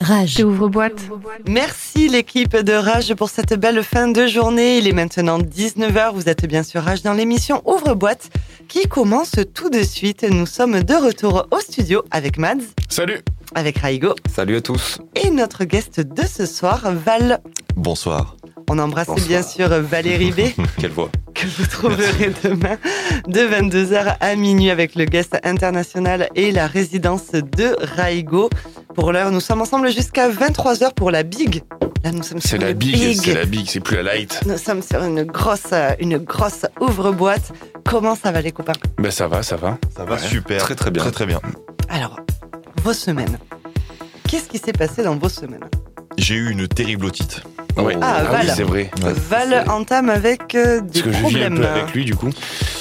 Rage. Ouvre-boîte. Merci l'équipe de Rage pour cette belle fin de journée. Il est maintenant 19h. Vous êtes bien sûr Rage dans l'émission Ouvre-boîte qui commence tout de suite. Nous sommes de retour au studio avec Mads. Salut. Avec Raigo. Salut à tous. Et notre guest de ce soir, Val. Bonsoir. On embrasse bien sûr Valérie B. Quelle voix. Que vous trouverez demain de 22h à minuit avec le guest international et la résidence de Raigo. Pour l'heure, nous sommes ensemble jusqu'à 23h pour la Big. Là, nous sommes sur c'est la big, c'est plus la light. Nous sommes sur une grosse ouvre-boîte. Comment ça va les copains ? Ben ça va. Ça va super. Très très bien. Très très bien. Alors, vos semaines. Qu'est-ce qui s'est passé dans vos semaines ? J'ai eu une terrible otite. Oui. Ah, Val. Oui, c'est vrai. Val entame avec des Parce que je vis un problèmes. peu avec lui du coup.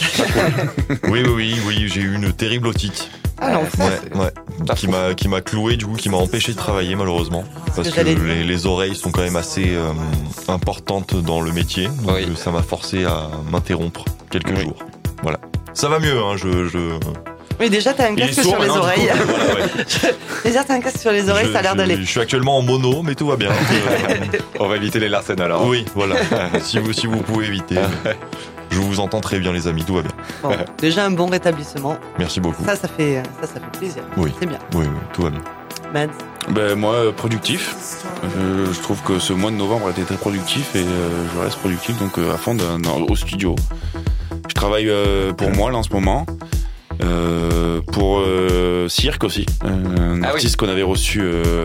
Oui, j'ai eu une terrible otite. Ah non, Qui m'a cloué, du coup, qui m'a empêché de travailler malheureusement. Parce que les oreilles sont quand même assez importantes dans le métier. Donc ça m'a forcé à m'interrompre quelques jours. Voilà. Ça va mieux, hein, Oui, déjà, t'as un casque sur les oreilles. Déjà, t'as un casque sur les oreilles, ça a l'air d'aller. Je suis actuellement en mono, mais tout va bien. On va éviter les Larsen alors. Oui, voilà. si vous pouvez éviter. Je vous entends très bien, les amis, tout va bien. Bon, déjà, un bon rétablissement. Merci beaucoup. Ça fait plaisir. Oui. C'est bien. Oui, tout va bien. Mads. Ben moi, productif. Je trouve que ce mois de novembre a été très productif et je reste productif donc à fond au studio. Je travaille pour moi là en ce moment. Pour Cirque aussi, un artiste qu'on avait reçu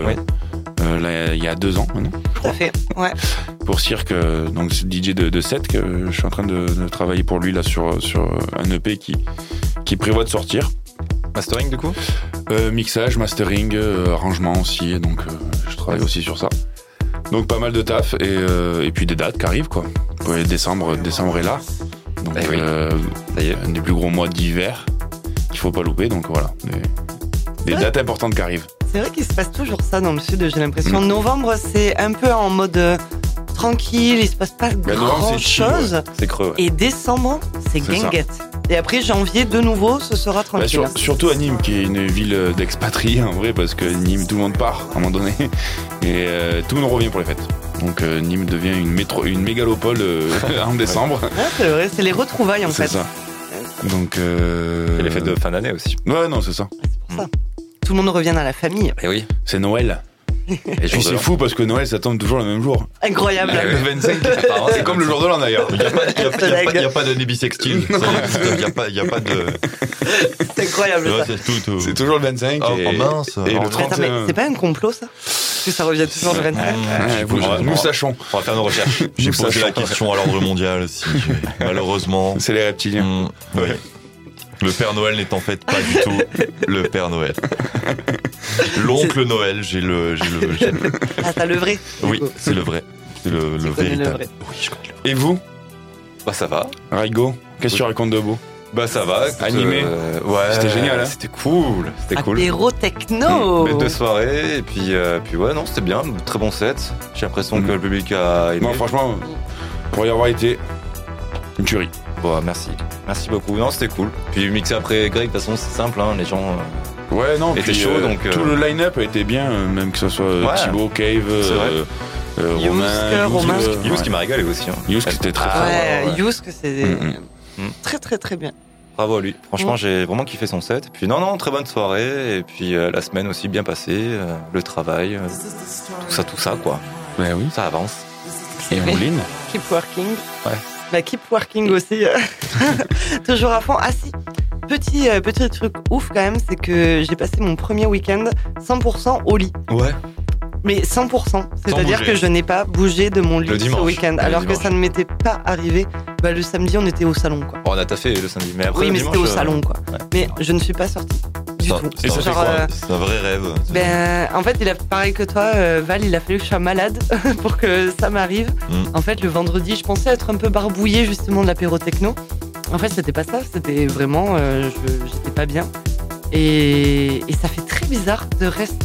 là, il y a 2 ans maintenant, je crois. Tout à fait, ouais. Pour Cirque, donc c'est DJ de set que je suis en train de travailler pour lui là sur un EP qui prévoit de sortir. Mastering du coup Mixage, mastering, arrangement aussi, donc je travaille aussi sur ça. Donc pas mal de taf et puis des dates qui arrivent quoi. Ouais, décembre est là, donc ça y est. Un des plus gros mois d'hiver. Il faut pas louper, donc voilà, des dates importantes qui arrivent. C'est vrai qu'il se passe toujours ça dans le sud, j'ai l'impression. Novembre, c'est un peu en mode tranquille, il se passe pas grand chose. C'est creux. Et décembre, c'est guinguette. Et après, janvier, de nouveau, ce sera tranquille. Surtout à Nîmes, qui est une ville d'expatriés en vrai, parce que Nîmes, tout le monde part à un moment donné, et tout le monde revient pour les fêtes. Donc Nîmes devient une mégalopole en décembre. Ah, c'est vrai, c'est les retrouvailles en fait. C'est ça. Donc et les fêtes de fin d'année aussi. Ouais, non, c'est ça. C'est pour ça. Tout le monde revient à la famille. Et oui. C'est Noël. Et puis c'est fou parce que Noël ça tombe toujours le même jour. Incroyable. Le 25. C'est comme le jour de l'an d'ailleurs. Il n'y a pas d'année bissextile. Il n'y a pas de. C'est incroyable ça. C'est toujours le 25. Oh mince. Et le 31. Attends, mais c'est pas un complot ça ? Parce que ça revient toujours le 25. Nous sachons. On va faire nos recherches. J'ai posé la question à l'ordre mondial si malheureusement. C'est les reptiliens. Oui. Le Père Noël n'est en fait pas du tout le Père Noël. L'oncle Noël, j'ai le. Ah, t'as le vrai. Oui, c'est le vrai. C'est le véritable. Le vrai. Oui, je connais le vrai. Et vous ? Bah ça va. Raigo, qu'est-ce que tu racontes de beau ? Bah ça va. Animé. Ouais. C'était génial. Hein, c'était cool. Apéro techno. Bête de soirée et puis ouais non c'était bien, très bon set. J'ai l'impression que le public a aimé. Moi franchement, pour y avoir été, une tuerie. Bon merci beaucoup. Non c'était cool. Puis mixer après Greg de toute façon c'est simple hein, les gens. Ouais non. Était chaud donc. Tout le line-up a été bien, même que ce soit Thibaut, Cave, Romain. Yousk qui m'a régalé aussi. Hein. Yousk c'était très fort. Ouais, Yousk c'est très très très bien. Bravo à lui. Franchement, j'ai vraiment kiffé son set. Et puis non, très bonne soirée. Et puis la semaine aussi bien passée. Le travail, tout ça quoi. Ouais, oui. Ça avance. Et Mouline. Keep working. Ouais. Bah, keep working aussi. Toujours à fond. Ah si. Petit truc ouf quand même, c'est que j'ai passé mon premier week-end 100% au lit. Ouais. Mais 100%. C'est-à-dire que je n'ai pas bougé de mon lit ce week-end. Alors que ça ne m'était pas arrivé. Bah, le samedi, on était au salon, quoi. On a taffé le samedi. Mais après, oui, mais c'était au salon, quoi. Ouais. Mais je ne suis pas sortie. Du tout. Et ça fait quoi C'est un vrai rêve. Ben, en fait, il a pareil que toi, Val, il a fallu que je sois malade pour que ça m'arrive. En fait, le vendredi, je pensais être un peu barbouillée justement de l'apéro techno. En fait, c'était pas ça. C'était vraiment, j'étais pas bien. Et ça fait très bizarre de rester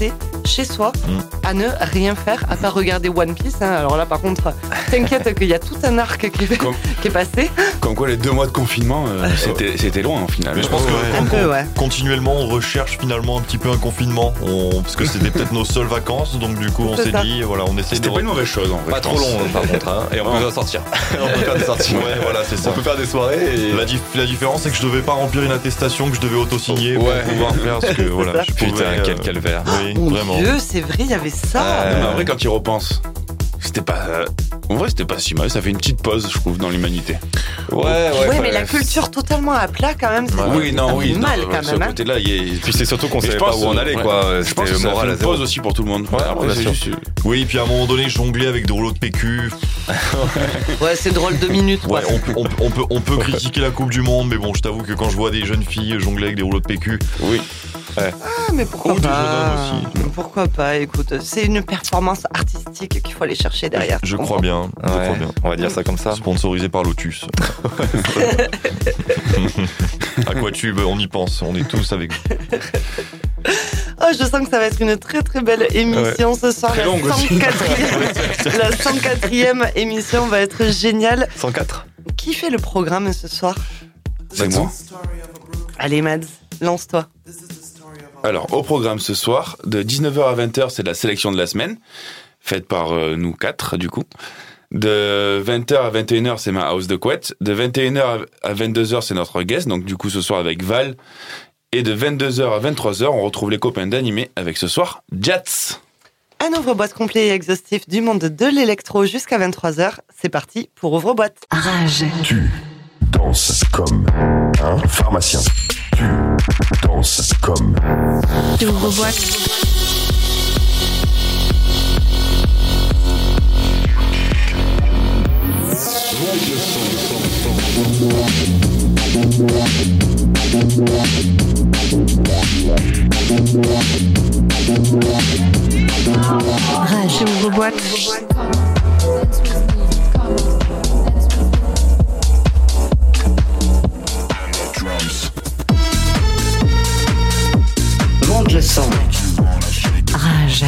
chez soi à ne rien faire à part regarder One Piece. Alors là, par contre, t'inquiète qu'il y a tout un arc qui est passé. Comme quoi, les 2 mois de confinement, c'était loin, en final. Mais je pense que continuellement, on recherche finalement un petit peu un confinement. Parce que c'était peut-être nos seules vacances. Donc du coup, on s'est dit, voilà, on essaie de... C'était pas une mauvaise chose, en vrai. Pas trop long, par contre. Hein. Et on peut sortir. On peut faire des sorties. Ouais, voilà, c'est ça. On peut faire des soirées. Et... La différence, c'est que je devais pas remplir une attestation que je devais auto-signer pour pouvoir faire ce que... Voilà, putain, quel calvaire. Oui, mon vraiment. Dieu, c'est vrai, il y avait ça. Mais en vrai, quand tu y repenses, c'était pas... En vrai, c'était pas si mal. Ça fait une petite pause, je trouve, dans l'humanité. Ouais, mais la culture totalement à plat, quand même, c'est mal, quand même. Ce côté-là, puis c'est surtout qu'on savait pas où on allait, quoi. Je pense que ça fait une pause aussi pour tout le monde. Oui, puis à un moment donné, jongler avec des rouleaux de PQ. Ouais, c'est drôle, 2 minutes. Ouais, on peut critiquer la Coupe du Monde, mais bon, je t'avoue que quand je vois des jeunes filles jongler avec des rouleaux de PQ... Oui. Ouais. Ah, mais pourquoi pas des jeunes hommes aussi. Pourquoi pas, écoute, c'est une performance artistique qu'il faut aller chercher derrière. Je crois bien. On va dire ça comme ça. Sponsorisé par Lotus. Aquatube, on y pense, on est tous avec vous. Oh, je sens que ça va être une très très belle émission ce soir. Très longue la 104e émission va être géniale. 104. Qui fait le programme ce soir? C'est moi. Allez Mads, lance-toi. Alors, au programme ce soir, de 19h à 20h, c'est la sélection de la semaine, faite par nous 4, du coup. De 20h à 21h, c'est ma house de couette. De 21h à 22h, c'est notre guest, donc du coup ce soir avec Val. Et de 22h à 23h, on retrouve les copains d'Animé avec ce soir Jats. Un ouvre-boîte complet et exhaustif du monde de l'électro jusqu'à 23h. C'est parti pour ouvre-boîte. Rage. Tu danses comme un pharmacien. Tu danses comme... Tu ouvre-boîte. Rage, ouvre-boîte. Monte le son. Rage.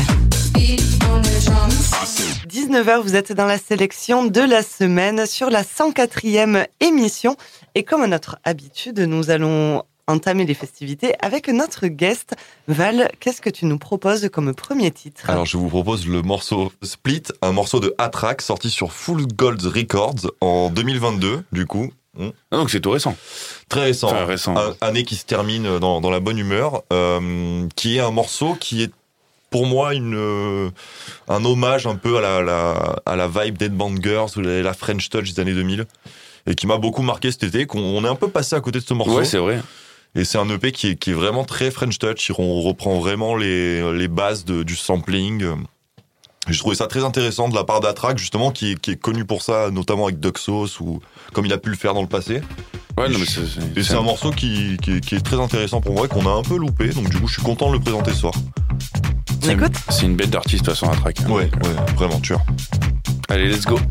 19h, vous êtes dans la sélection de la semaine sur la 104e émission. Et comme à notre habitude, nous allons entamer les festivités avec notre guest. Val, qu'est-ce que tu nous proposes comme premier titre? Alors, je vous propose le morceau Split, un morceau de A-Track sorti sur Full Gold Records en 2022, du coup. Ah, donc c'est tout récent. Très récent. Enfin, récent. Année qui se termine dans la bonne humeur, qui est un morceau qui est pour moi un hommage un peu à la vibe Dead Band Girls ou la French Touch des années 2000 et qui m'a beaucoup marqué cet été, qu'on est un peu passé à côté de ce morceau. Ouais, c'est vrai. Et c'est un EP qui est vraiment très French Touch, on reprend vraiment les bases du sampling. J'ai trouvé ça très intéressant de la part d'A-Track, justement, qui est connu pour ça, notamment avec Duxos, ou comme il a pu le faire dans le passé. Ouais, non, mais c'est un morceau qui est très intéressant pour moi, qu'on a un peu loupé, donc du coup je suis content de le présenter ce soir. C'est une bête d'artiste de toute façon, A-Track. Hein, ouais, vraiment tueur. Allez, let's go.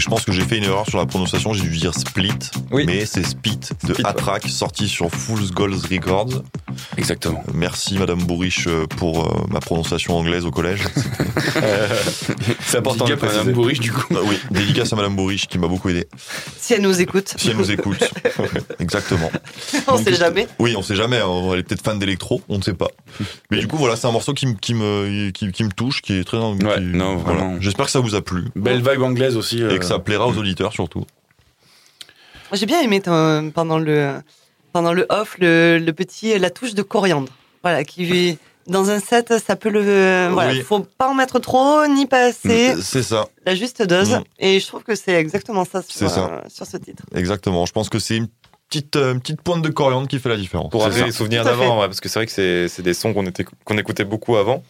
pense que j'ai fait une erreur sur la prononciation, j'ai dû dire Split, mais c'est Spit de A-Track, sorti sur Fool's Gold Records. Exactement. Merci Madame Bourriche pour ma prononciation anglaise au collège. C'est important de préciser. Madame Bourriche du coup. Oui, dédicace à Madame Bourriche qui m'a beaucoup aidé. Si elle nous écoute. Si elle nous écoute. Exactement. On sait jamais. Oui, on sait jamais. Elle est peut-être fan d'électro, on ne sait pas. Mais du coup, voilà, c'est un morceau qui me touche, qui est très. Ouais, non, vraiment. Voilà. J'espère que ça vous a plu. Belle vibe anglaise aussi. Et que ça plaira aux auditeurs surtout. J'ai bien aimé pendant le off le petit la touche de coriandre. Voilà, qui dans un set, ça peut voilà, faut pas en mettre trop ni pas assez. C'est ça. La juste dose. Et je trouve que c'est exactement ça sur ce titre. Exactement. Je pense que c'est une petite pointe de coriandre qui fait la différence. Pour rappeler les souvenirs d'avant, parce que c'est vrai que c'est des sons qu'on écoutait beaucoup avant.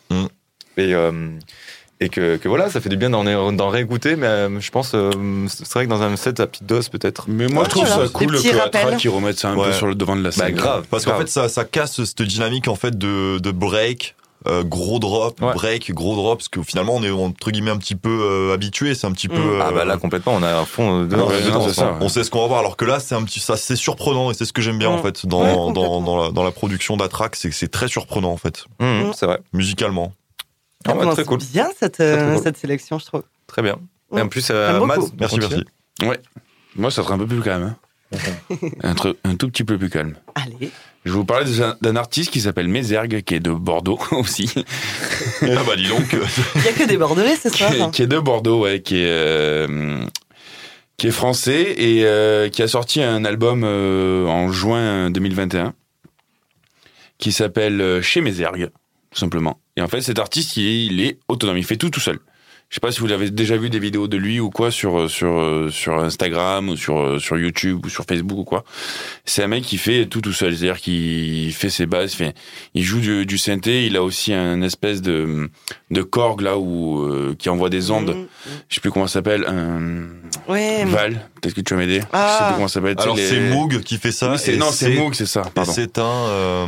Et que voilà, ça fait du bien d'en réécouter, mais je pense c'est vrai que dans un set à petite dose peut-être. Mais moi je trouve ça cool que A-Track qui remette ça un peu sur le devant de la scène. Grave, parce qu'en fait ça casse cette dynamique en fait de break, gros drop, break, gros drop, parce que finalement on est entre guillemets un petit peu habitué, c'est un petit peu. Ah bah là complètement, on a à fond on sait ce qu'on va voir, alors que là c'est surprenant et c'est ce que j'aime bien en fait dans la production d'A-Track, c'est que c'est très surprenant en fait. C'est vrai. Musicalement. Très cool. Bien cette sélection, je trouve. Très bien. Et en plus, merci. Ouais. Moi, ça sera un peu plus calme. un tout petit peu plus calme. Allez. Je vais vous parler d'un artiste qui s'appelle Mézergue, qui est de Bordeaux aussi. Ah bah dis donc. Il n'y a que des Bordelais ce soir. Qui est de Bordeaux, qui est français et qui a sorti un album en juin 2021 qui s'appelle Chez Mézergue, tout simplement. Et en fait, cet artiste, il est autonome, il fait tout seul. Je sais pas si vous avez déjà vu des vidéos de lui ou quoi sur Instagram ou sur YouTube ou sur Facebook ou quoi. C'est un mec qui fait tout seul, c'est-à-dire qu'il fait ses bases, il joue du synthé, il a aussi un espèce de Korg là qui envoie des ondes. Je sais plus comment ça s'appelle, Val, peut-être que tu vas m'aider. Je sais plus comment ça s'appelle. Alors c'est Moog qui fait ça. C'est Moog, c'est ça. Pardon. C'est un.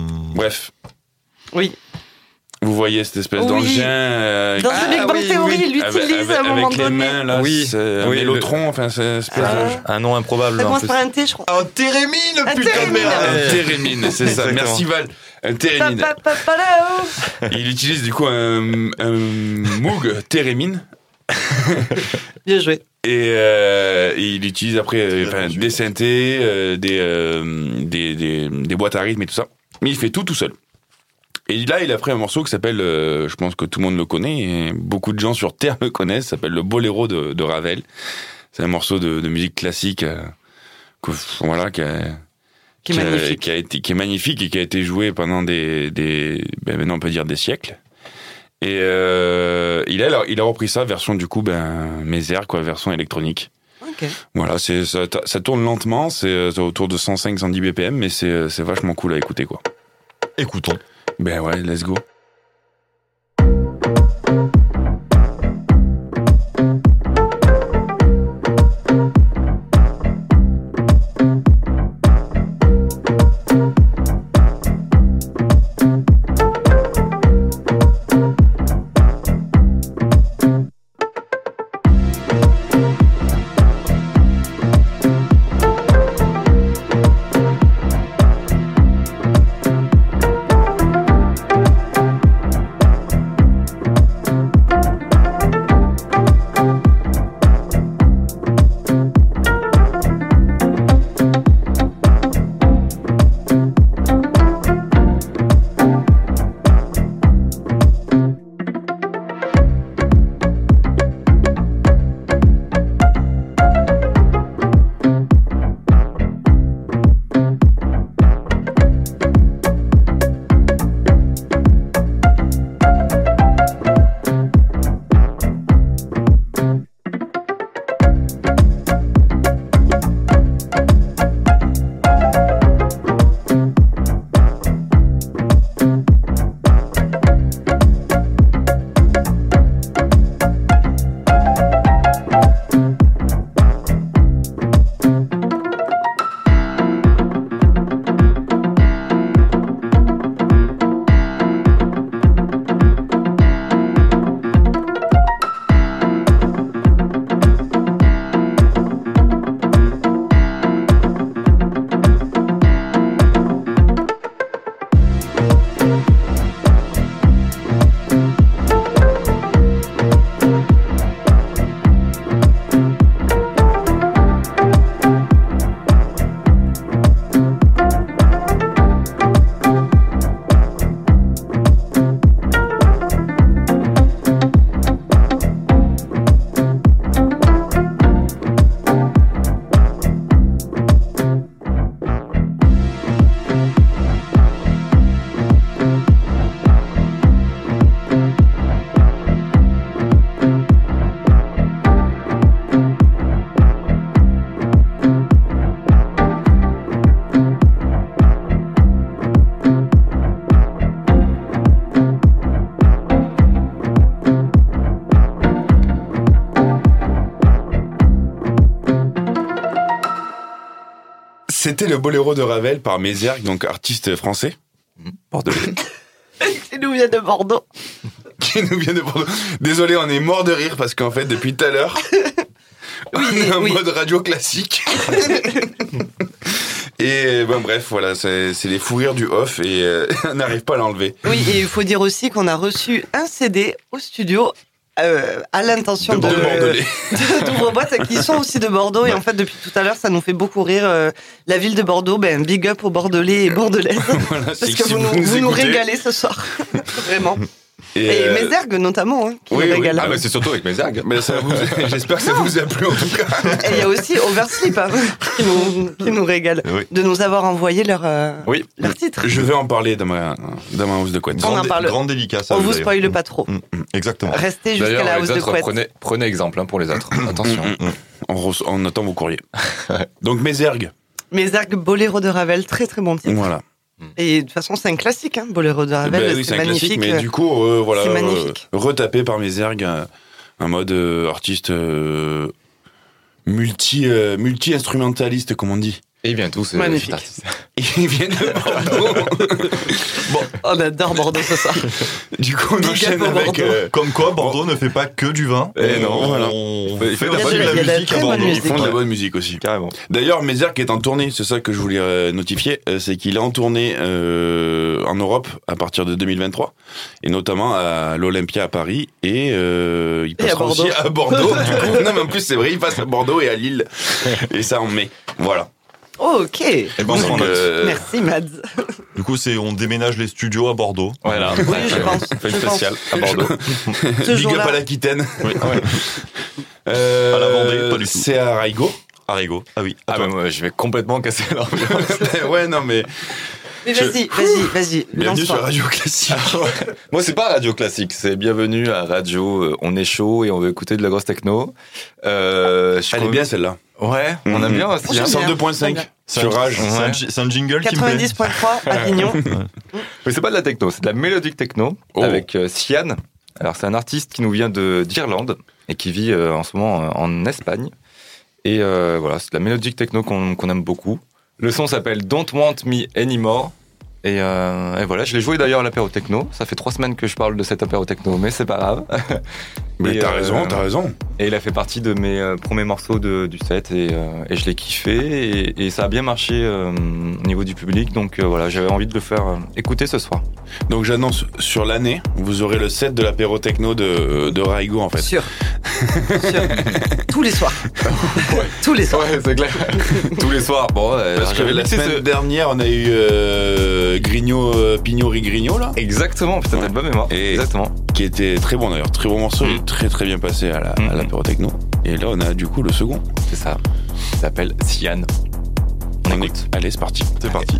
Oui. Vous voyez cette espèce d'engin dans The Big Bang Theory, il l'utilise à un moment donné. Avec les mains, là, c'est un mélotron, enfin, c'est un nom improbable. Ça commence par un T, je crois. Un thérémine, putain de merde. Un thérémine, c'est ça. Merci Val. Un thérémine. Il utilise du coup un Moog thérémine. Bien joué. Et il utilise après des synthés, des boîtes à rythme et tout ça. Mais il fait tout seul. Et là, il a pris un morceau qui s'appelle, je pense que tout le monde le connaît, et beaucoup de gens sur Terre le connaissent, ça s'appelle le Boléro de Ravel. C'est un morceau de musique classique, qui est magnifique et qui a été joué pendant maintenant on peut dire des siècles. Et il a repris ça, version du coup, Mézergue, version électronique. Okay. Voilà, ça tourne lentement, c'est autour de 105-110 BPM, mais c'est vachement cool à écouter, quoi. Écoutons. Ben ouais, let's go. c'était le Boléro de Ravel par Mézergue, donc artiste français. Bordelais. Qui nous vient de Bordeaux. Qui nous vient de Bordeaux. Désolé, on est mort de rire parce qu'en fait, depuis tout à l'heure, on est en mode radio classique. Et bon, bref, voilà, c'est les fous rires du off et on n'arrive pas à l'enlever. Oui, et il faut dire aussi qu'on a reçu un CD au studio à l'intention d'Ouvre-Boîte, qui sont aussi de Bordeaux. Et en fait, depuis tout à l'heure, ça nous fait beaucoup rire. La ville de Bordeaux, big up aux Bordelais et Bordelaises. Voilà, parce que si vous nous régalez ce soir. Vraiment. Et Mézergue notamment, qui nous régale. Ah, mais c'est surtout avec Mézergue. Mais j'espère que ça vous a plu en tout cas. Et il y a aussi Oversleep qui nous régale de nous avoir envoyé leur titre. Je vais en parler dans ma hausse de couette. On en parle. Grande délicat, on vous spoile pas trop. Exactement. Restez jusqu'à la hausse de couette. Prenez exemple pour les autres. Attention. On attend vos courriers. Donc Mézergue. Mézergue, Boléro de Ravel, très très bon titre. Voilà. Et de toute façon, c'est un classique, Boléro de Ravel, c'est magnifique. Classique, mais du coup, retapé par Mézergue, un mode artiste multi-instrumentaliste, comme on dit. Et ils viennent tous. Magnifique. Ils viennent de Bordeaux. Bon, on adore Bordeaux ce soir. Du coup, on enchaîne avec... Comme quoi, Bordeaux ne fait pas que du vin. Et non, voilà. On fait de la musique à Bordeaux. Ils font de la bonne musique aussi. Carrément. D'ailleurs, Mézergue est en tournée, c'est ça que je voulais notifier, c'est qu'il est en tournée en Europe à partir de 2023, et notamment à l'Olympia à Paris, et il passera aussi à Bordeaux. Du coup, non, mais en plus, c'est vrai, il passe à Bordeaux et à Lille, et ça en mai. Voilà. Ok. Et ben, merci Mads. Du coup, on déménage les studios à Bordeaux. Voilà. Oui, je pense. On fait une spéciale à Bordeaux. Big up à l'Aquitaine. Oui. À la Vendée, pas du tout. C'est à Raigo. À Raigo. Ah oui. Ah bah moi, je vais complètement casser l'ambiance. Ouais, non mais. Mais vas-y. Bienvenue sur Radio Classique. Moi, c'est pas Radio Classique, c'est bienvenue à Radio. On est chaud et on veut écouter de la grosse techno. Elle est bien celle-là. Ouais, on aime bien aussi. 102.5 sur Rage. C'est un jingle qui me plaît. 90.3 Avignon. Mais c'est pas de la techno, c'est de la mélodique techno avec Sian. Alors c'est un artiste qui nous vient d'Irlande et qui vit en ce moment en Espagne. Et voilà, c'est de la mélodique techno qu'on aime beaucoup. Le son s'appelle Don't Want Me Anymore. Et voilà, je l'ai joué d'ailleurs à l'apéro techno. Ça fait 3 semaines que je parle de cet apéro techno, mais c'est pas grave. Mais t'as raison. Et il a fait partie de mes premiers morceaux du set et je l'ai kiffé et ça a bien marché au niveau du public. Donc voilà, j'avais envie de le faire écouter ce soir. Donc j'annonce, sur l'année, vous aurez le set de l'apéro techno de Raigo en fait. Sûr. Tous les soirs. Ouais. Tous les soirs. Ouais, c'est clair. Tous les soirs. Bon, parce que la semaine dernière, on a eu Pignot Rigrigno là. Exactement, putain, t'as de bonne mémoire. Exactement. Qui était très bon d'ailleurs, très bon morceau, il est très très bien passé à l'apéro techno. Et là, on a du coup le second. C'est ça. Il s'appelle Sian. On écoute. Allez, c'est parti. C'est parti.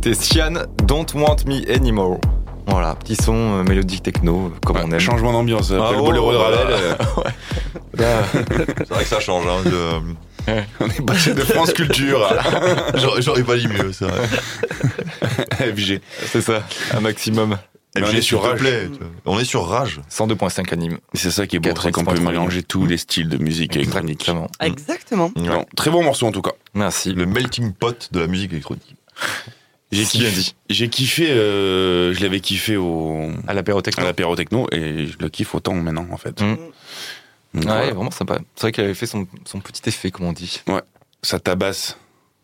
C'était Sian, Don't Want Me Anymore. Voilà, petit son mélodique techno, comme on aime. Changement d'ambiance, le boléro de Ravel. C'est vrai que ça change. On est passé de France Culture. J'aurais pas dit mieux, c'est vrai. FG. C'est ça, un maximum. On est sur Rage. On est sur Rage. 102.5 anime. C'est ça qui est beau, c'est qu'on peut mélanger tous les styles de musique électronique. Exactement. Non, très bon morceau en tout cas. Merci. Le melting pot de la musique électronique. J'ai kiffé, je l'avais kiffé à l'apéro techno et je le kiffe autant maintenant en fait. Donc, ouais, vraiment sympa. C'est vrai qu'il avait fait son petit effet, comme on dit. Ouais, ça tabasse.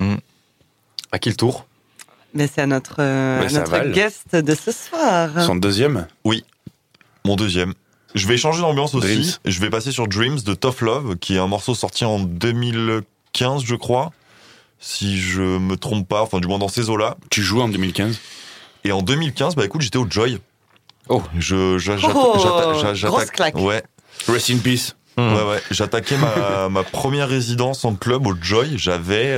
À qui le tour? Mais c'est à notre guest de ce soir. Son deuxième? Oui, mon deuxième. Je vais changer d'ambiance aussi. Dreams. Je vais passer sur Dreams de Tough Love, qui est un morceau sorti en 2015, je crois. Si je me trompe pas, enfin du moins dans ces eaux-là. Tu joues en 2015? Et en 2015, bah écoute, j'étais au Joy. Oh. Grosse claque. Ouais. Rest in peace. Ouais. J'attaquais ma première résidence en club au Joy. J'avais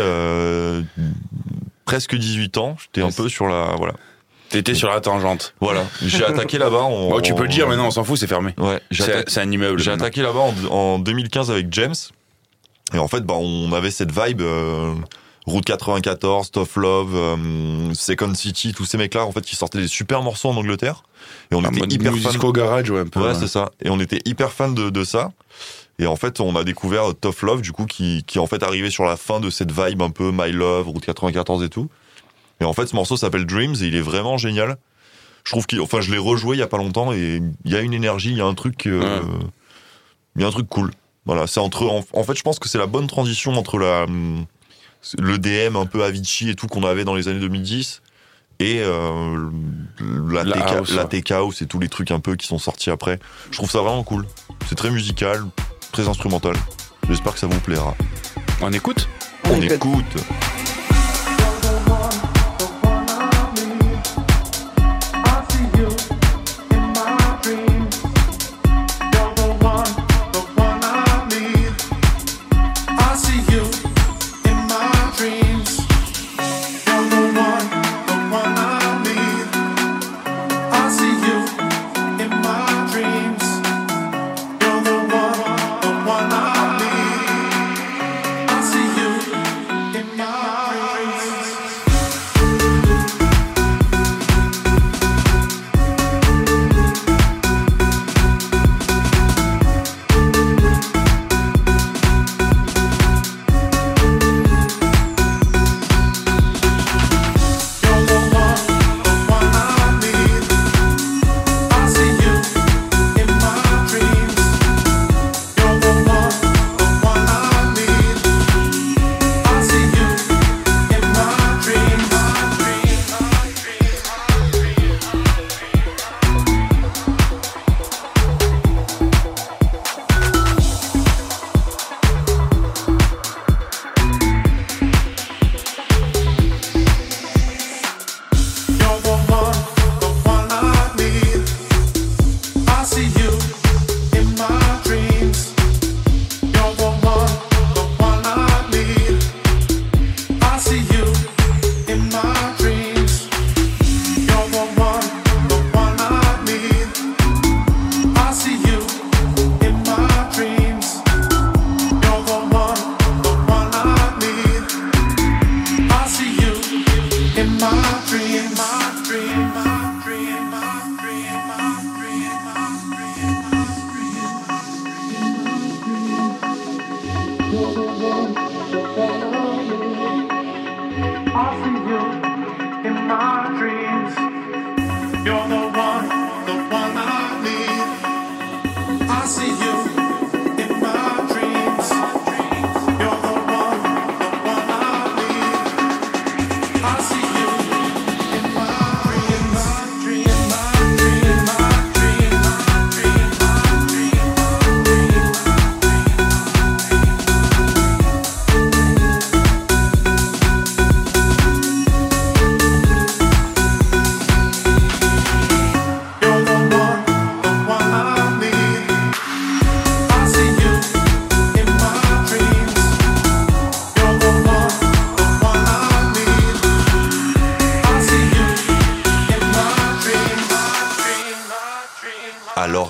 presque 18 ans. J'étais un peu sur la... Voilà. T'étais sur la tangente. Voilà. J'ai attaqué là-bas. Tu peux le dire, mais non, on s'en fout, c'est fermé. Ouais. C'est un immeuble. J'ai attaqué là-bas en 2015 avec James. Et en fait, on avait cette vibe... Route 94, Tough Love, Second City, tous ces mecs-là, en fait, qui sortaient des super morceaux en Angleterre. Et on était hyper fans. Disco garage, un peu. Ouais, c'est ça. Et on était hyper fans de ça. Et en fait, on a découvert Tough Love, du coup, qui en fait arrivait sur la fin de cette vibe un peu My Love, Route 94 et tout. Et en fait, ce morceau s'appelle Dreams et il est vraiment génial. Je trouve je l'ai rejoué il y a pas longtemps et il y a une énergie, il y a un truc, il y a un truc cool. Voilà, c'est en fait, je pense que c'est la bonne transition entre le DM un peu Avicii et tout qu'on avait dans les années 2010 et la tech house et tous les trucs un peu qui sont sortis après. Je trouve ça vraiment cool. C'est très musical, très instrumental. J'espère que ça vous plaira. On écoute? On écoute.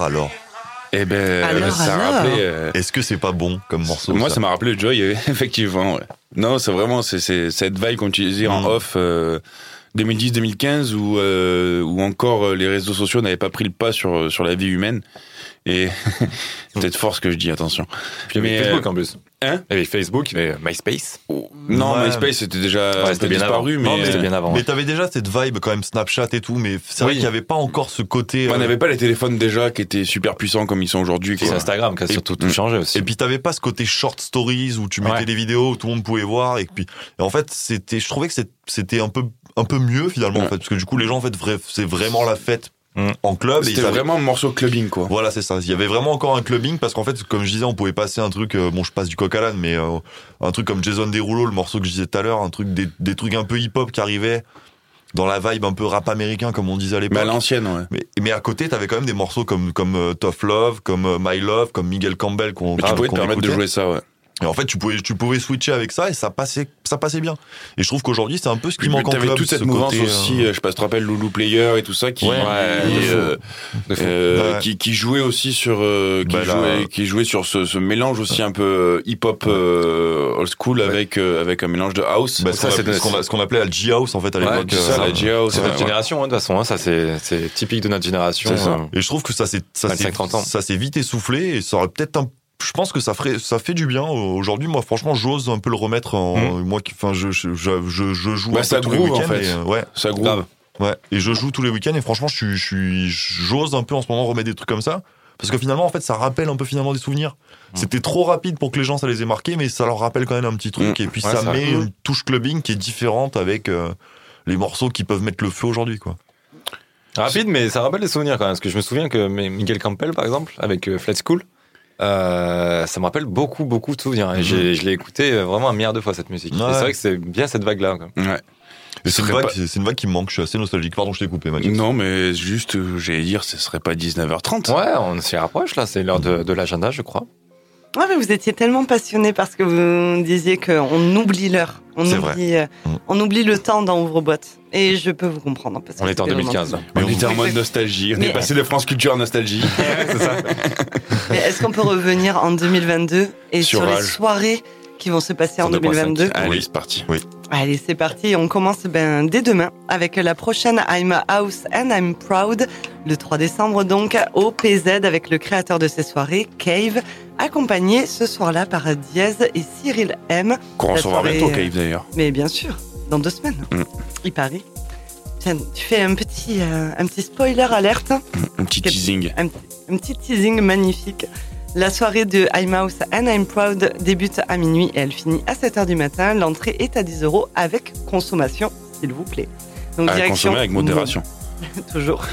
alors. Eh ben, ça a rappelé. Est-ce que c'est pas bon comme morceau? Moi, ça m'a rappelé Joy, effectivement. Ouais. Non, c'est vraiment c'est cette vibe qu'on utilisait en off 2010-2015 où encore les réseaux sociaux n'avaient pas pris le pas sur la vie humaine. Et c'est peut-être fort ce que je dis, attention. Puis il y avait Facebook en plus. Hein? Il y avait Facebook, il y avait MySpace. Non, MySpace c'était déjà c'était bien disparu, avant. mais c'était bien avant. Mais t'avais déjà cette vibe quand même Snapchat et tout, mais c'est vrai qu'il y avait pas encore ce côté. On n'avait pas les téléphones déjà qui étaient super puissants comme ils sont aujourd'hui. C'est Instagram qui a surtout tout changé aussi. Et puis t'avais pas ce côté short stories où tu mettais des vidéos où tout le monde pouvait voir et en fait je trouvais que c'était un peu mieux finalement en fait, parce que du coup les gens en fait c'est vraiment la fête. En club. C'était vraiment un morceau clubbing, quoi. Voilà, c'est ça. Il y avait vraiment encore un clubbing parce qu'en fait, comme je disais, on pouvait passer un truc, je passe du coq à l'âne, mais un truc comme Jason Derulo, le morceau que je disais tout à l'heure, un truc, des trucs un peu hip-hop qui arrivaient dans la vibe un peu rap américain, comme on disait à l'époque. Mais à l'ancienne, ouais. Mais à côté, t'avais quand même des morceaux comme Tough Love, comme My Love, comme Miguel Campbell tu pouvais te permettre de jouer ça, ouais. Et en fait, tu pouvais switcher avec ça et ça passait bien. Et je trouve qu'aujourd'hui, c'est un peu ce qui manque en club. T'avais toute cette mouvance aussi, je sais pas si tu te rappelles, Loulou Player et tout ça, qui jouait aussi sur, qui jouait sur ce mélange aussi un peu hip-hop old school avec un mélange de house. Ça, c'est ce qu'on appelait la G-House en fait à l'époque. C'est ça, la G-House. C'est notre génération, de toute façon, ça c'est typique de notre génération. Et je trouve que ça s'est vite essoufflé et ça aurait peut-être je pense que ça fait du bien. Aujourd'hui, moi, franchement, j'ose un peu le remettre je joue un peu tous les week-ends. En fait. Ça groove. Ouais. Et je joue tous les week-ends et franchement, j'ose un peu en ce moment remettre des trucs comme ça. Parce que finalement, en fait, ça rappelle un peu finalement des souvenirs. C'était trop rapide pour que les gens, ça les ait marqués, mais ça leur rappelle quand même un petit truc. Et puis ça met une touche clubbing qui est différente avec les morceaux qui peuvent mettre le feu aujourd'hui, quoi. Rapide, mais ça rappelle des souvenirs quand même. Parce que je me souviens que Miguel Campbell, par exemple, avec Flat School, ça me rappelle beaucoup de souvenirs. Et je l'ai écouté vraiment un milliard de fois cette musique. Ouais. Et c'est vrai que c'est bien cette vague-là. Quoi. Ouais. Et c'est une vague qui me manque. Je suis assez nostalgique. Pardon, je t'ai coupé, Mathieu. Non, mais juste, j'allais dire, ce serait pas 19h30. Ouais, on s'y rapproche là. C'est l'heure de l'agenda, je crois. Ouais, mais vous étiez tellement passionné parce que vous disiez qu'on oublie l'heure. On oublie le temps dans Ouvre-Boîte. Et je peux vous comprendre. Parce on était en 2015. On était en mode nostalgie. On est passé de France Culture à nostalgie. C'est ça. Mais est-ce qu'on peut revenir en 2022 et sur les soirées qui vont se passer en 2022? Allez, c'est parti. Oui. Allez, c'est parti. On commence dès demain avec la prochaine I'm a House and I'm Proud. Le 3 décembre, donc, au PZ avec le créateur de ces soirées, Cave, accompagné ce soir-là par Diaz et Cyril M. Qu'on recevra bientôt, Cave, d'ailleurs. Mais bien sûr, dans 2 semaines. Il paraît. Tiens, tu fais un petit spoiler alerte. Un petit teasing. Un petit teasing magnifique. La soirée de I'm House and I'm Proud débute à minuit et elle finit à 7h du matin. L'entrée est à 10 € avec consommation, s'il vous plaît. Donc, consommer avec modération. Toujours.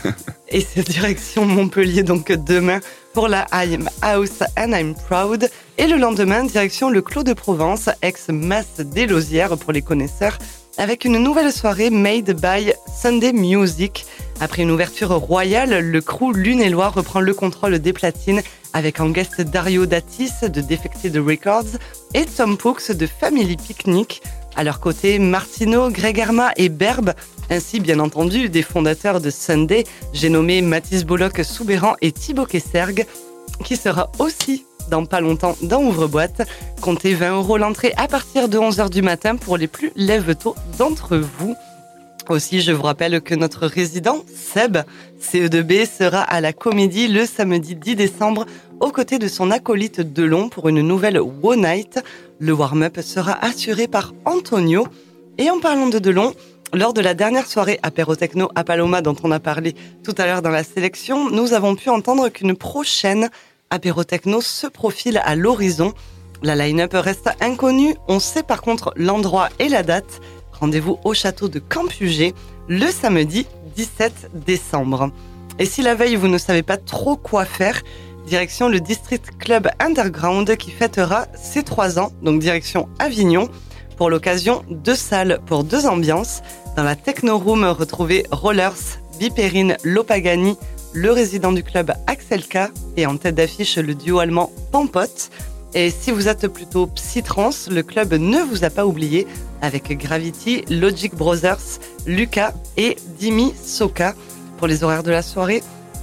Et c'est direction Montpellier, donc demain, pour la I'm House and I'm Proud. Et le lendemain, direction le Clos de Provence, ex-Mas des Lausières pour les connaisseurs, avec une nouvelle soirée made by Sunday Music. Après une ouverture royale, le crew Lune-et-Loire reprend le contrôle des platines avec en guest Dario Datis de Defected Records et Tom Pooks de Family Picnic. À leur côté, Martino, Greg Arma et Berbe, ainsi bien entendu des fondateurs de Sunday, j'ai nommé Mathis Bollock-Soubéran et Thibaut Kessergue, qui sera aussi dans pas longtemps dans Ouvre-Boîte. Comptez 20 € l'entrée à partir de 11h du matin pour les plus lève-tôt d'entre vous. Aussi, je vous rappelle que notre résident, Seb, CE2B, sera à la Comédie le samedi 10 décembre aux côtés de son acolyte Delon pour une nouvelle Wow Night. Le warm-up sera assuré par Antonio. Et en parlant de Delon, lors de la dernière soirée apéro-techno à Paloma dont on a parlé tout à l'heure dans la sélection, nous avons pu entendre qu'une prochaine apéro-techno se profile à l'horizon. La line-up reste inconnue, on sait par contre l'endroit et la date. Rendez-vous au château de Campugé le samedi 17 décembre. Et si la veille vous ne savez pas trop quoi faire, direction le District Club Underground qui fêtera ses 3 ans, donc direction Avignon. Pour l'occasion, 2 salles pour 2 ambiances. Dans la Techno Room, retrouvez Rollers, Viperine, Lopagani, le résident du club Axel K et en tête d'affiche le duo allemand Pampote. Et si vous êtes plutôt psytrance, le club ne vous a pas oublié avec Gravity, Logic Brothers, Lucas et Dimi Soka. Pour les horaires de la soirée,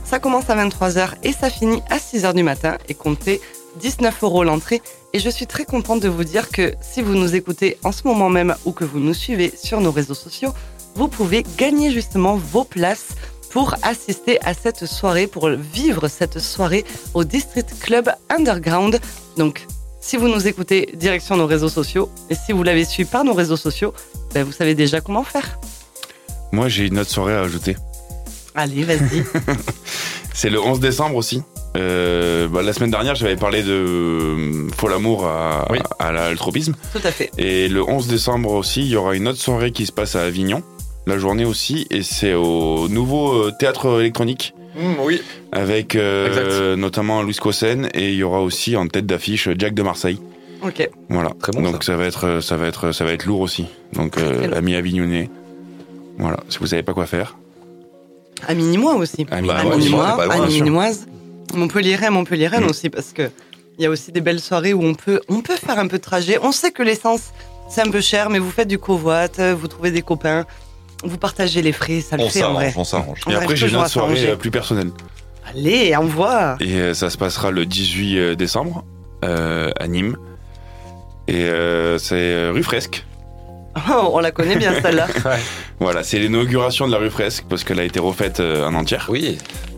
Ça commence à 23h et ça finit à 6h du matin et comptez 19 € l'entrée. Et je suis très contente de vous dire que si vous nous écoutez en ce moment même ou que vous nous suivez sur nos réseaux sociaux, vous pouvez gagner justement vos places pour assister à cette soirée, pour vivre cette soirée au District Club Underground. Donc, si vous nous écoutez, direction nos réseaux sociaux. Et si vous l'avez su par nos réseaux sociaux, vous savez déjà comment faire. Moi, j'ai une autre soirée à ajouter. Allez, vas-y. C'est le 11 décembre aussi. La semaine dernière, j'avais parlé de Fol Amour à l'altropisme. Tout à fait. Et le 11 décembre aussi, il y aura une autre soirée qui se passe à Avignon, la journée aussi, et c'est au nouveau théâtre électronique. Oui. Avec notamment Louis Cossen, et il y aura aussi en tête d'affiche Jack de Marseille. Ok. Voilà. Très bon. Donc ça va être lourd aussi. Donc amis avignonnais. Voilà. Si vous savez pas quoi faire. Amis nîmois aussi. Amis nîmoises. Montpelliéraine aussi, parce que il y a aussi des belles soirées où on peut faire un peu de trajet. On sait que l'essence c'est un peu cher, mais vous faites du covoit, vous trouvez des copains, vous partagez les frais, ça le fait en vrai. On s'arrange. Et après j'ai une autre soirée plus personnelle. Allez, envoie. Et ça se passera le 18 décembre à Nîmes. Et c'est rue Fresque. Oh, on la connaît bien celle-là. Voilà, c'est l'inauguration de la rue Fresque parce qu'elle a été refaite en entière. Oui.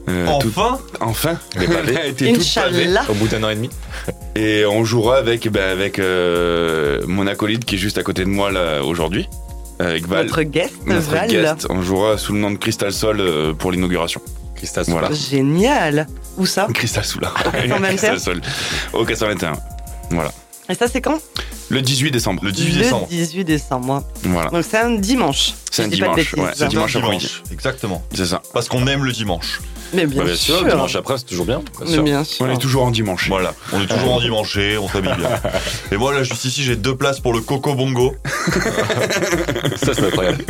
Enfin, elle a été toute pavée au bout d'1 an et demi. Et on jouera avec mon acolyte qui est juste à côté de moi là aujourd'hui, avec Val. Notre guest. On jouera sous le nom de Crystal Sol pour l'inauguration. Crystal Sol. Voilà. Génial. Où ça? Crystal Soula. Crystal Sol. Au 421. Voilà. Et ça c'est quand? Le 18 décembre. Le 18 décembre. Le 18 décembre. Voilà. Donc c'est un dimanche. C'est un dimanche. Ouais, c'est dimanche après-midi. Exactement. C'est ça. Parce qu'on aime le dimanche. Mais bien sûr. Dimanche après, c'est toujours bien. Bien sûr. On est toujours en dimanche. Voilà, on est toujours en dimanche, on s'habille bien. Et moi là, juste ici, j'ai 2 places pour le Coco Bongo. Ça, c'est incroyable.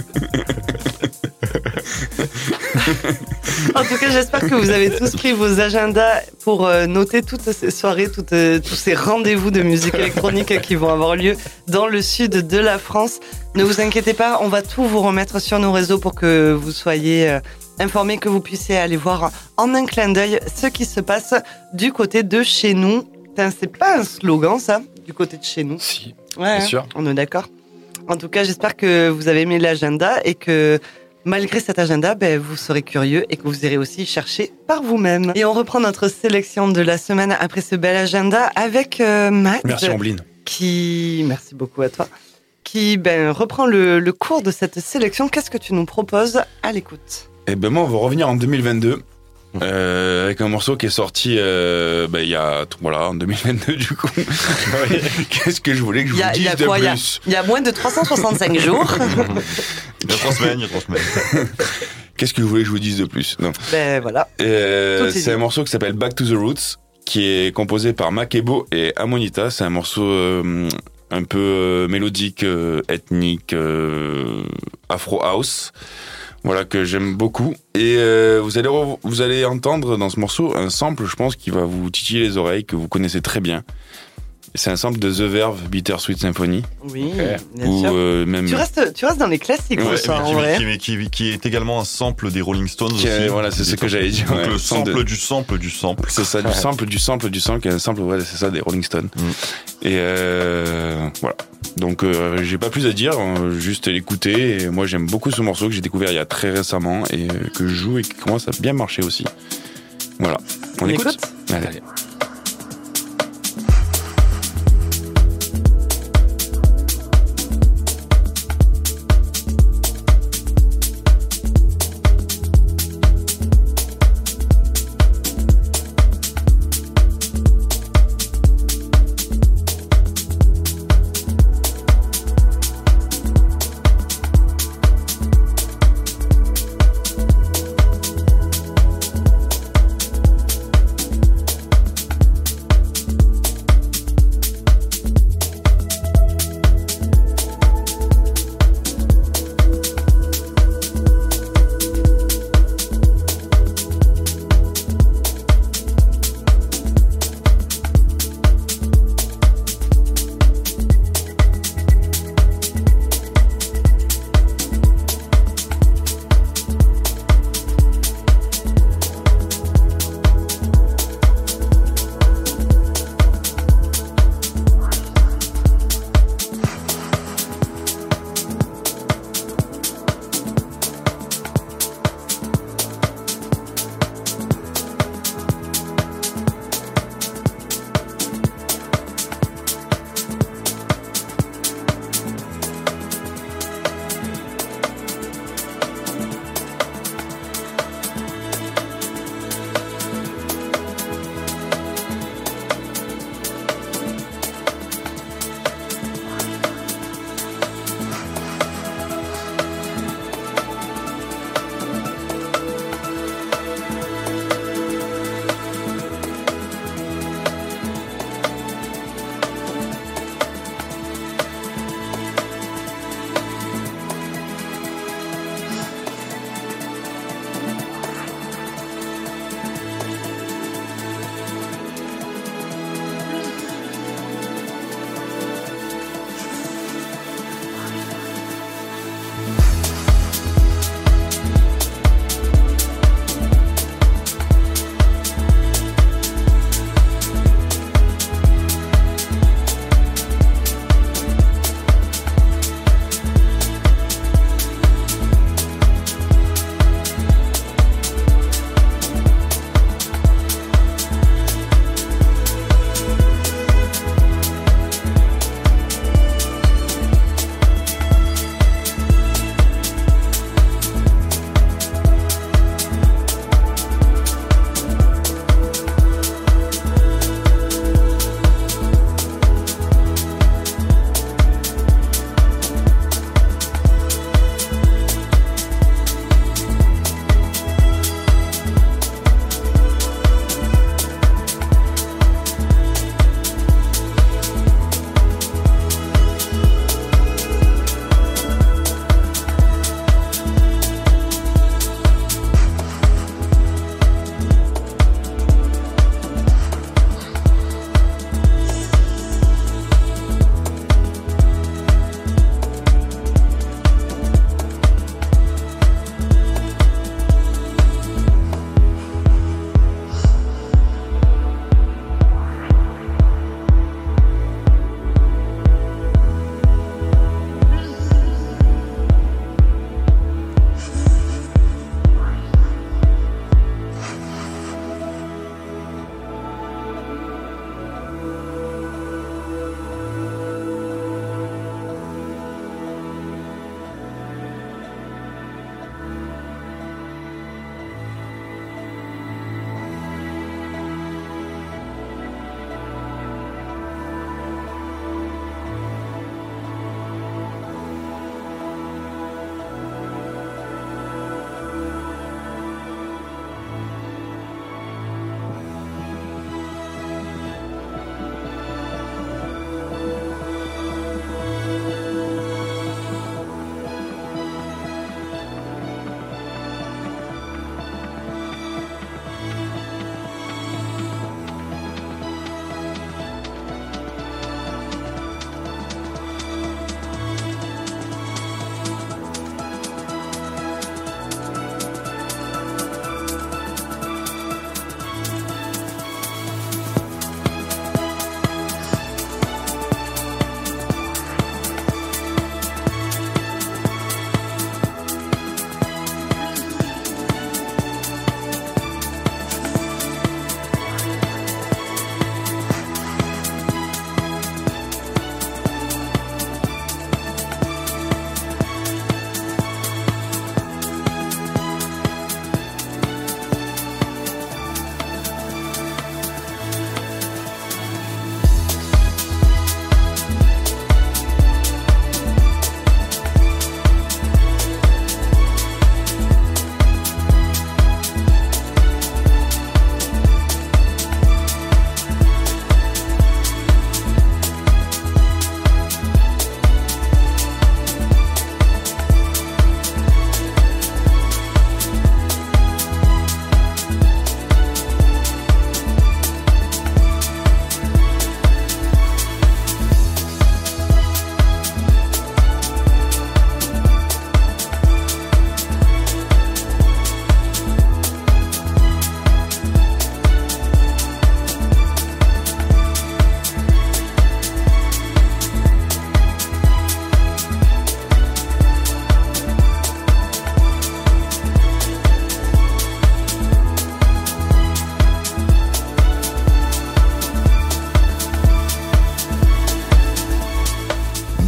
En tout cas, j'espère que vous avez tous pris vos agendas pour noter toutes ces soirées, tous ces rendez-vous de musique électronique qui vont avoir lieu dans le sud de la France. Ne vous inquiétez pas, on va tout vous remettre sur nos réseaux pour que vous soyez informés, que vous puissiez aller voir en un clin d'œil ce qui se passe du côté de chez nous. C'est pas un slogan ça, du côté de chez nous. Si, ouais, bien sûr. On est d'accord. En tout cas, j'espère que vous avez aimé l'agenda et que malgré cet agenda, vous serez curieux et que vous irez aussi chercher par vous-même. Et on reprend notre sélection de la semaine après ce bel agenda avec Matt. Merci Ambline. Merci beaucoup à toi. Qui reprend le cours de cette sélection. Qu'est-ce que tu nous proposes à l'écoute? Eh ben moi, on va revenir en 2022 avec un morceau qui est sorti il y a en 2022 du coup. Qu'est-ce que je voulais que je vous dise de plus? Il y a moins de 365 jours. Il y a 3 semaines. Qu'est-ce que vous voulez que je vous dise de plus? Non. Voilà. C'est un morceau qui s'appelle Back to the Roots, qui est composé par Makebo et Amonita. C'est un morceau un peu mélodique, ethnique, afro house. Voilà, que j'aime beaucoup. Et vous allez entendre dans ce morceau un sample, je pense, qui va vous titiller les oreilles, que vous connaissez très bien. C'est un sample de The Verve, Bittersweet Symphony. Oui, bien sûr. Même... Tu restes dans les classiques, en vrai. Qui est également un sample des Rolling Stones aussi. Voilà, c'est ce que j'allais dire. Donc le sample du sample du sample. C'est ça, du sample, qui est un sample, c'est ça, des Rolling Stones. Et voilà. Donc j'ai pas plus à dire, juste l'écouter. Et moi j'aime beaucoup ce morceau que j'ai découvert il y a très récemment et que je joue et qui commence à bien marcher aussi. Voilà. On écoute. Allez.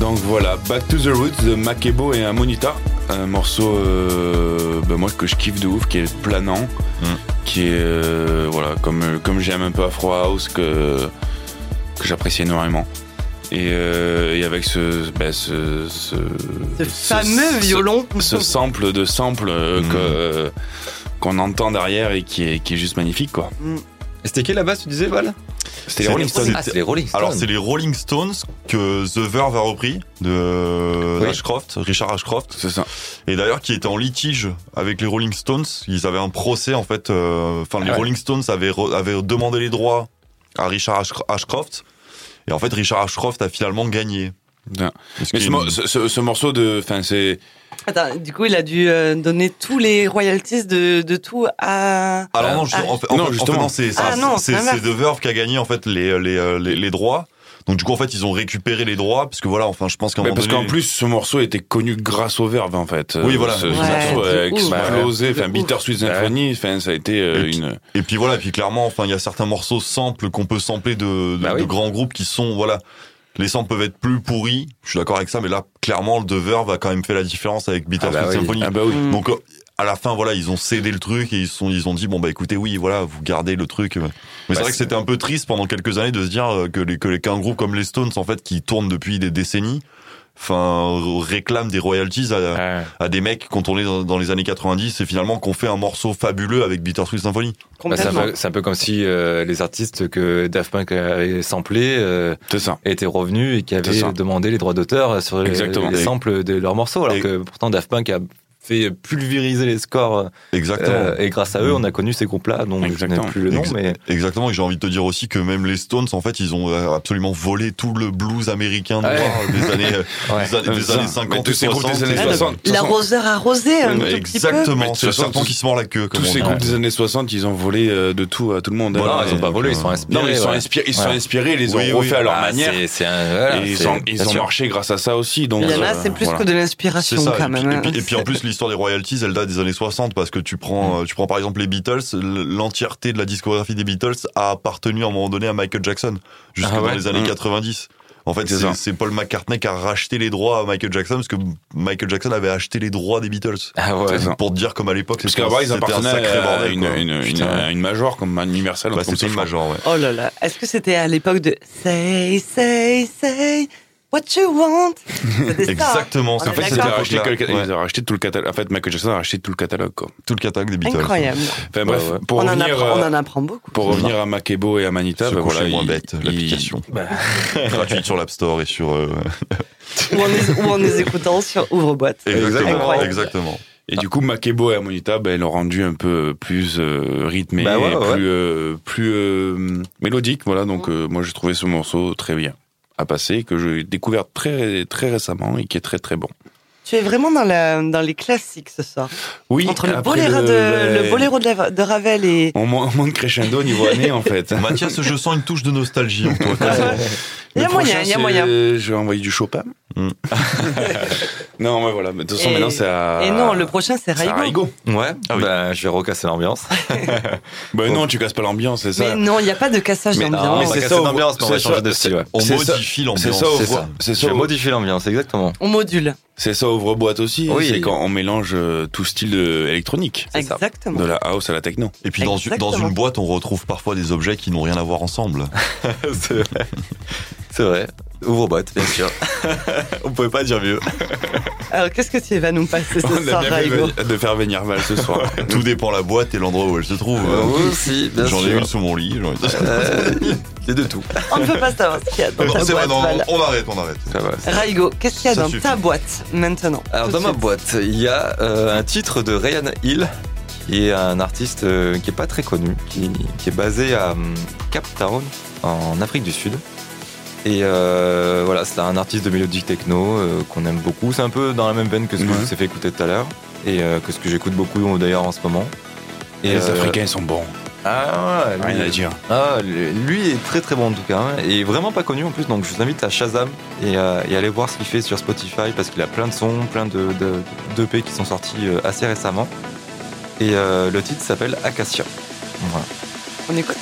Donc voilà, Back to the Roots de Makebo et Amonita. Un morceau moi que je kiffe de ouf, qui est planant, qui est voilà, comme j'aime un peu Afro House, que j'apprécie énormément. Et avec ce fameux violon, ce sample qu'on entend derrière et qui est juste magnifique, quoi. Et c'était qui là-bas, tu disais, Val? C'était les Rolling Stones. C'est les Rolling Stones. Alors c'est les Rolling Stones que The Verve a repris de Richard Ashcroft. C'est ça. Et d'ailleurs qui était en litige avec les Rolling Stones. Ils avaient un procès en fait. Les Rolling Stones avaient demandé les droits à Richard Ashcroft. Et en fait Richard Ashcroft a finalement gagné. Mais ce morceau c'est... Attends, du coup, il a dû donner tous les royalties de tout à... Alors non, c'est The Verve qui a gagné en fait les droits. Donc du coup en fait ils ont récupéré les droits parce que voilà, enfin je pense qu'à un moment donné... Parce qu'en plus ce morceau était connu grâce au Verve en fait. Oui voilà. Ce morceau a explosé, Bittersweet Symphony, ça a été une... Et puis voilà, et puis clairement, enfin il y a certains morceaux samples qu'on peut sampler de grands groupes qui sont voilà. Les samples peuvent être plus pourris, je suis d'accord avec ça, mais là, clairement, le The Verve a quand même fait la différence avec Bittersweet Symphony. Donc, à la fin, voilà, ils ont cédé le truc et ils ont dit, bon, bah, écoutez, oui, voilà, vous gardez le truc. Mais c'est vrai que c'était un peu triste pendant quelques années de se dire qu'un groupe comme les Stones, en fait, qui tournent depuis des décennies, réclament des royalties à des mecs qui ont tourné dans les années 90 et finalement qu'on fait un morceau fabuleux avec Bittersweet Symphony. C'est un peu comme si les artistes que Daft Punk avait samplés étaient revenus et qui avaient demandé les droits d'auteur sur les samples de leurs morceaux, alors que pourtant Daft Punk a fait pulvériser les scores. Exactement. Et grâce à eux, on a connu ces groupes-là, dont je n'ai plus le nom. Mais... Exactement, et j'ai envie de te dire aussi que même les Stones, en fait, ils ont absolument volé tout le blues américain noir des années 50 et 60. L'arroseur arrosé un petit peu. Exactement, c'est le serpent qui se mord la queue. Tous ces groupes des années 60, ils ont volé de tout à tout le monde. Non, ils n'ont pas volé, ils sont inspirés. Non, ils sont inspirés, ils les ont refait à leur manière. Ils ont marché grâce à ça aussi. Il y en a, c'est plus que de l'inspiration quand même. Et puis en plus, l'histoire des royalties, elle date des années 60 parce que tu prends par exemple les Beatles, l'entièreté de la discographie des Beatles a appartenu à un moment donné à Michael Jackson jusqu'à dans les années 90. En fait, c'est Paul McCartney qui a racheté les droits à Michael Jackson parce que Michael Jackson avait acheté les droits des Beatles. Pour te dire comme à l'époque, parce qu'avant ils appartenaient à une major comme Universal. C'était une major, ouais. Oh là là, est-ce que c'était à l'époque de Say, say, say what you want? Exactement. En fait, ils ont racheté tout le catalogue. En fait, Michael Jackson a racheté tout le catalogue, quoi. Tout le catalogue des Beatles. Incroyable. Enfin bref, on en apprend beaucoup. Pour revenir à Makebo et à Manita, voilà, moins bête, l'application. Gratuite sur l'App Store et sur... ou en les écoutant sur Ouvre-Boîte. Exactement. Et du coup, Makebo et Amonita, ils l'ont rendu un peu plus rythmé, plus mélodique, voilà. Donc, moi, j'ai trouvé ce morceau très bien à passer, que j'ai découvert très, très récemment et qui est très, très bon. Tu es vraiment dans les classiques ce soir. Oui. Entre le boléro de Ravel et... On monte crescendo au niveau année, en fait. Mathias, je sens une touche de nostalgie en toi. Il y a moyen. Je vais envoyer du Chopin. Non, mais voilà. Mais de toute façon, maintenant, c'est à... Et non, le prochain, c'est Raigo. Ouais. Je vais recasser l'ambiance. Non, tu casses pas l'ambiance, c'est ça. Mais non, il n'y a pas de cassage d'ambiance. C'est ça, l'ambiance, on va changer de style. On modifie l'ambiance. C'est ça. Je modifie l'ambiance, exactement. On module. C'est ça, Ouvre-Boîte aussi. Oui. C'est quand on mélange tout style électronique. Exactement. De la house à la techno. Et puis dans une boîte, on retrouve parfois des objets qui n'ont rien à voir ensemble. C'est vrai. Ouvre-Boîte, bien sûr. On pouvait pas dire mieux. Alors, qu'est-ce que tu vas nous passer ce soir, Raigo? De faire venir Val ce soir. Tout dépend la boîte et l'endroit où elle se trouve. Oui, aussi, bien sûr. J'en ai une sous mon lit. C'est de tout. On ne peut pas savoir ce qu'il y a dans ta boîte. C'est vrai, non, on arrête. Raigo, qu'est-ce qu'il y a dans ta boîte maintenant? Alors, dans ma boîte, il y a un titre de Ryan Hill, qui est un artiste qui est pas très connu, qui est basé à Cape Town, en Afrique du Sud. Et voilà, c'est un artiste de mélodique techno qu'on aime beaucoup. C'est un peu dans la même veine que ce que je vous ai fait écouter tout à l'heure et que ce que j'écoute beaucoup d'ailleurs en ce moment. Et les Africains, ils sont bons. Rien à dire. Lui est très très bon en tout cas, et vraiment pas connu en plus. Donc je vous invite à Shazam et aller voir ce qu'il fait sur Spotify parce qu'il a plein de sons, plein d'EP qui sont sortis assez récemment. Et le titre s'appelle Acacia. Voilà. On écoute.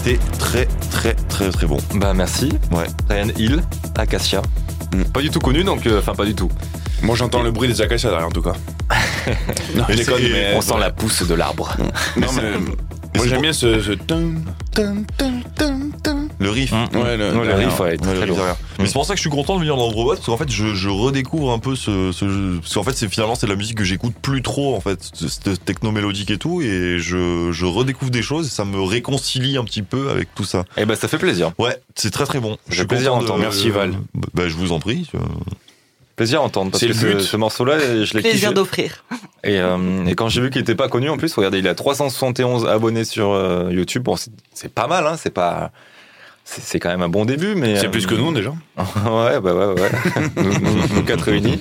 c'était très très très très bon. Bah merci. Ouais. Ryan Hill, Acacia. Pas du tout connu, donc enfin pas du tout. Moi j'entends le bruit des acacias derrière en tout cas. Non, je déconne, mais on sent la pousse de l'arbre. Non mais moi j'aime bien ce tum, tum, tum, tum, tum. Le riff. Ouais, le riff, ouais, très lourd. Mais c'est pour ça que je suis content de venir dans Ouvre-Boîte, parce qu'en fait, je redécouvre un peu ce jeu. Parce qu'en fait, finalement, c'est de la musique que j'écoute plus trop, en fait, cette techno-mélodique et tout, et je redécouvre des choses, et ça me réconcilie un petit peu avec tout ça. Et bah, ça fait plaisir. Ouais, c'est très très bon. J'ai plaisir à entendre. Merci Val. Bah, je vous en prie. Plaisir à entendre, parce c'est que le but. ce morceau-là, je l'ai kiffé. Plaisir d'offrir. Et quand j'ai vu qu'il était pas connu, en plus, regardez, il a 371 abonnés sur YouTube. Bon, c'est pas mal, hein, c'est quand même un bon début, mais... C'est plus que nous, déjà. Ouais. nous 4 réunis.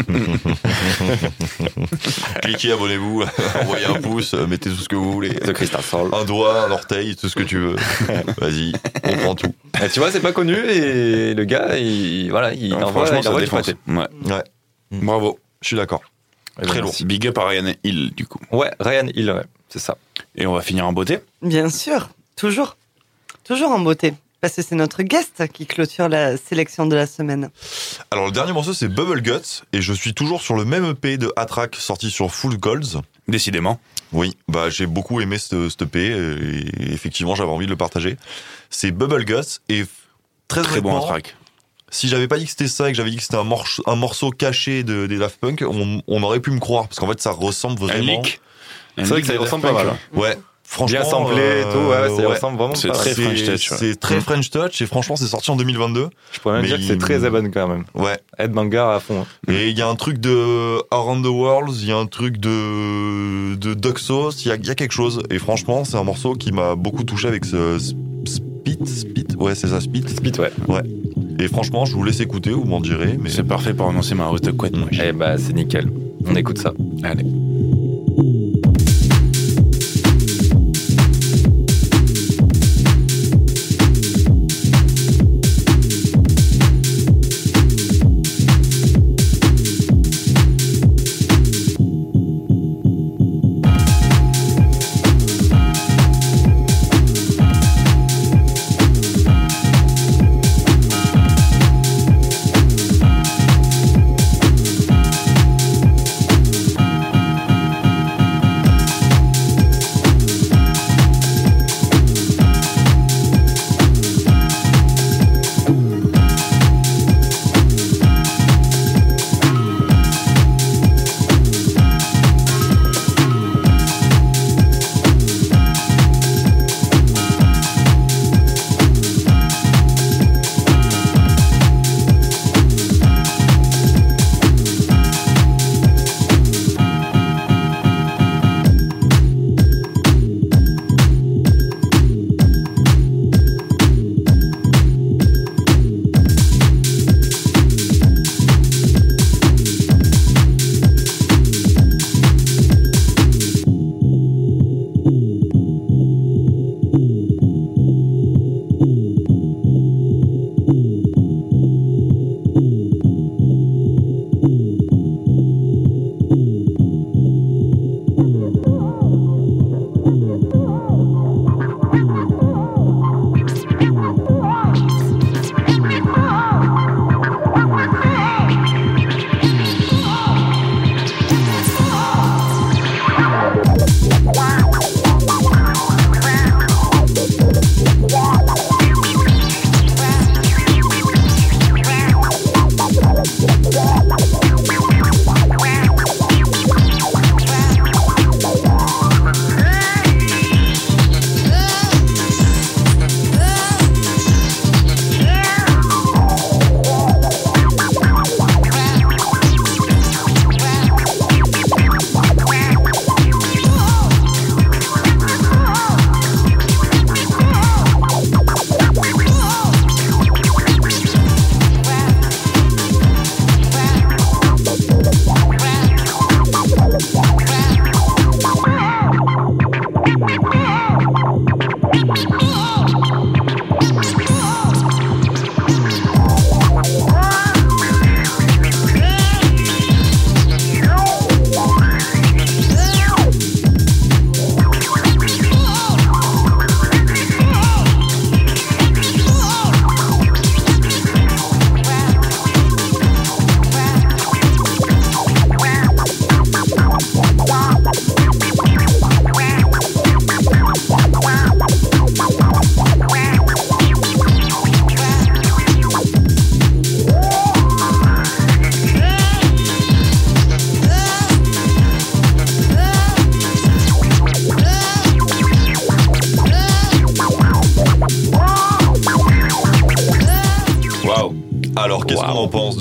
Cliquez, abonnez-vous, envoyez un pouce, mettez tout ce que vous voulez. The Crystal Soul. Un doigt, un orteil, tout ce que tu veux. Vas-y, on prend tout. Et tu vois, c'est pas connu, et le gars, il envoie, franchement, ça du défonce. pâté. Ouais, Bravo. je suis d'accord. Très lourd. Big up à Ryan Hill, du coup. Ouais, Ryan Hill, ouais, c'est ça. Et on va finir en beauté. Bien sûr, toujours en beauté. Parce que c'est notre guest qui clôture la sélection de la semaine. Alors le dernier morceau c'est Bubble Guts et je suis toujours sur le même EP de A-Track sorti sur Full Golds. Décidément. Oui, bah j'ai beaucoup aimé ce EP et effectivement j'avais envie de le partager. C'est Bubble Guts et très bon honnêtement, track. si j'avais pas dit que c'était ça et que j'avais dit que c'était un morceau caché des Daft Punk, on aurait pu me croire parce qu'en fait ça ressemble Un vraiment. leak. C'est vrai que ça des ressemble Daft pas Punk, mal. hein. Ouais. Franchement, Bien samplé et tout, ouais, ça ressemble vraiment C'est pas mal. très French Touch. Ouais. C'est très French Touch et franchement c'est sorti en 2022. Je pourrais même Mais dire que c'est très Eben quand même. Ouais. Ed Bangard à fond. Et il y a un truc de Around the World, il y a un truc de Duck Sauce, il y a quelque chose. Et franchement, c'est un morceau qui m'a beaucoup touché avec ce Spit. Ouais, c'est ça, Spit. Spit, ouais. Ouais. Et franchement, je vous laisse écouter, vous m'en direz. Mais C'est parfait pour annoncer ma hausse de couette, moi. Eh bah, c'est nickel. On écoute ça. Allez.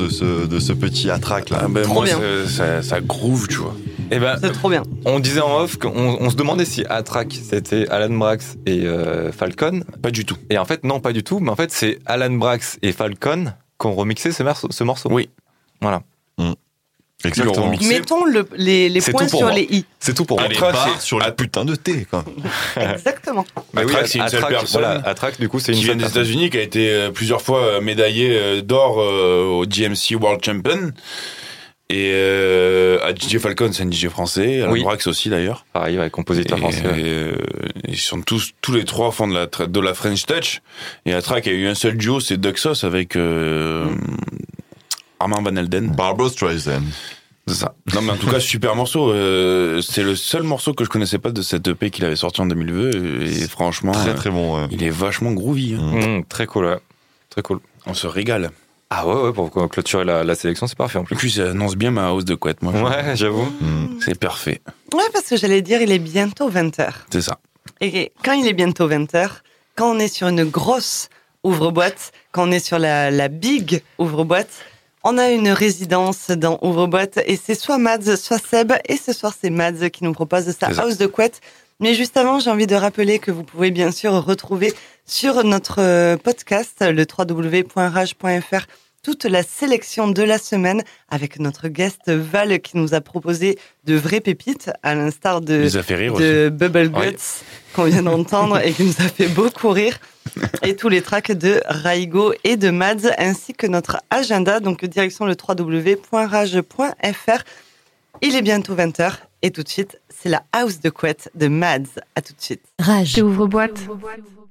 de ce petit A-Track là. Moi, ça groove, tu vois. Et c'est trop bien. On disait en off qu'on se demandait si A-Track c'était Alan Braxe et Falcon. Pas du tout. Et en fait, non, pas du tout. Mais en fait, c'est Alan Braxe et Falcon qui ont remixé ce morceau. Oui. Voilà. Exactement. Mettons les points sur les i. C'est tout pour moi. Pas sur la putain de thé, quoi. Exactement. A-Track, c'est une seule personne. A-Track, du coup, c'est une qui seule vient des personne. États-Unis, qui a été plusieurs fois médaillé d'or au DMC World Champion. Et à DJ Falcon, c'est un DJ français. Alan Braxe aussi, d'ailleurs. Pareil, compositeur français. Ils sont tous les trois font de la French Touch. Et A-Track a eu un seul duo, c'est Duxos avec Armand Van Helden. Barbra Streisand. C'est ça. Non, mais en tout cas, super morceau. C'est le seul morceau que je connaissais pas de cette EP qu'il avait sorti en 2002. Et franchement, très bon. Ouais. Il est vachement groovy. Très cool, ouais. Très cool. On se régale. Ah ouais, pour clôturer la sélection, c'est parfait en plus. Et puis, ça annonce bien ma hausse de couette, moi. Ouais, j'avoue. C'est parfait. Ouais, parce que j'allais dire, il est bientôt 20h. C'est ça. Et quand il est bientôt 20h, quand on est sur une grosse ouvre-boîte, quand on est sur la big ouvre-boîte, on a une résidence dans Ouvre-Boîte et c'est soit Mads, soit Seb. Et ce soir, c'est Mads qui nous propose sa house de couette. Mais juste avant, j'ai envie de rappeler que vous pouvez bien sûr retrouver sur notre podcast, le www.rage.fr, toute la sélection de la semaine avec notre guest Val qui nous a proposé de vraies pépites, à l'instar de Bubble Guts qu'on vient d'entendre et qui nous a fait beaucoup rire. Et tous les tracks de Raigo et de Mads, ainsi que notre agenda, donc direction le www.rage.fr. Il est bientôt 20h et tout de suite, c'est la house de couette de Mads. À tout de suite. Rage. Ouvre-boîte.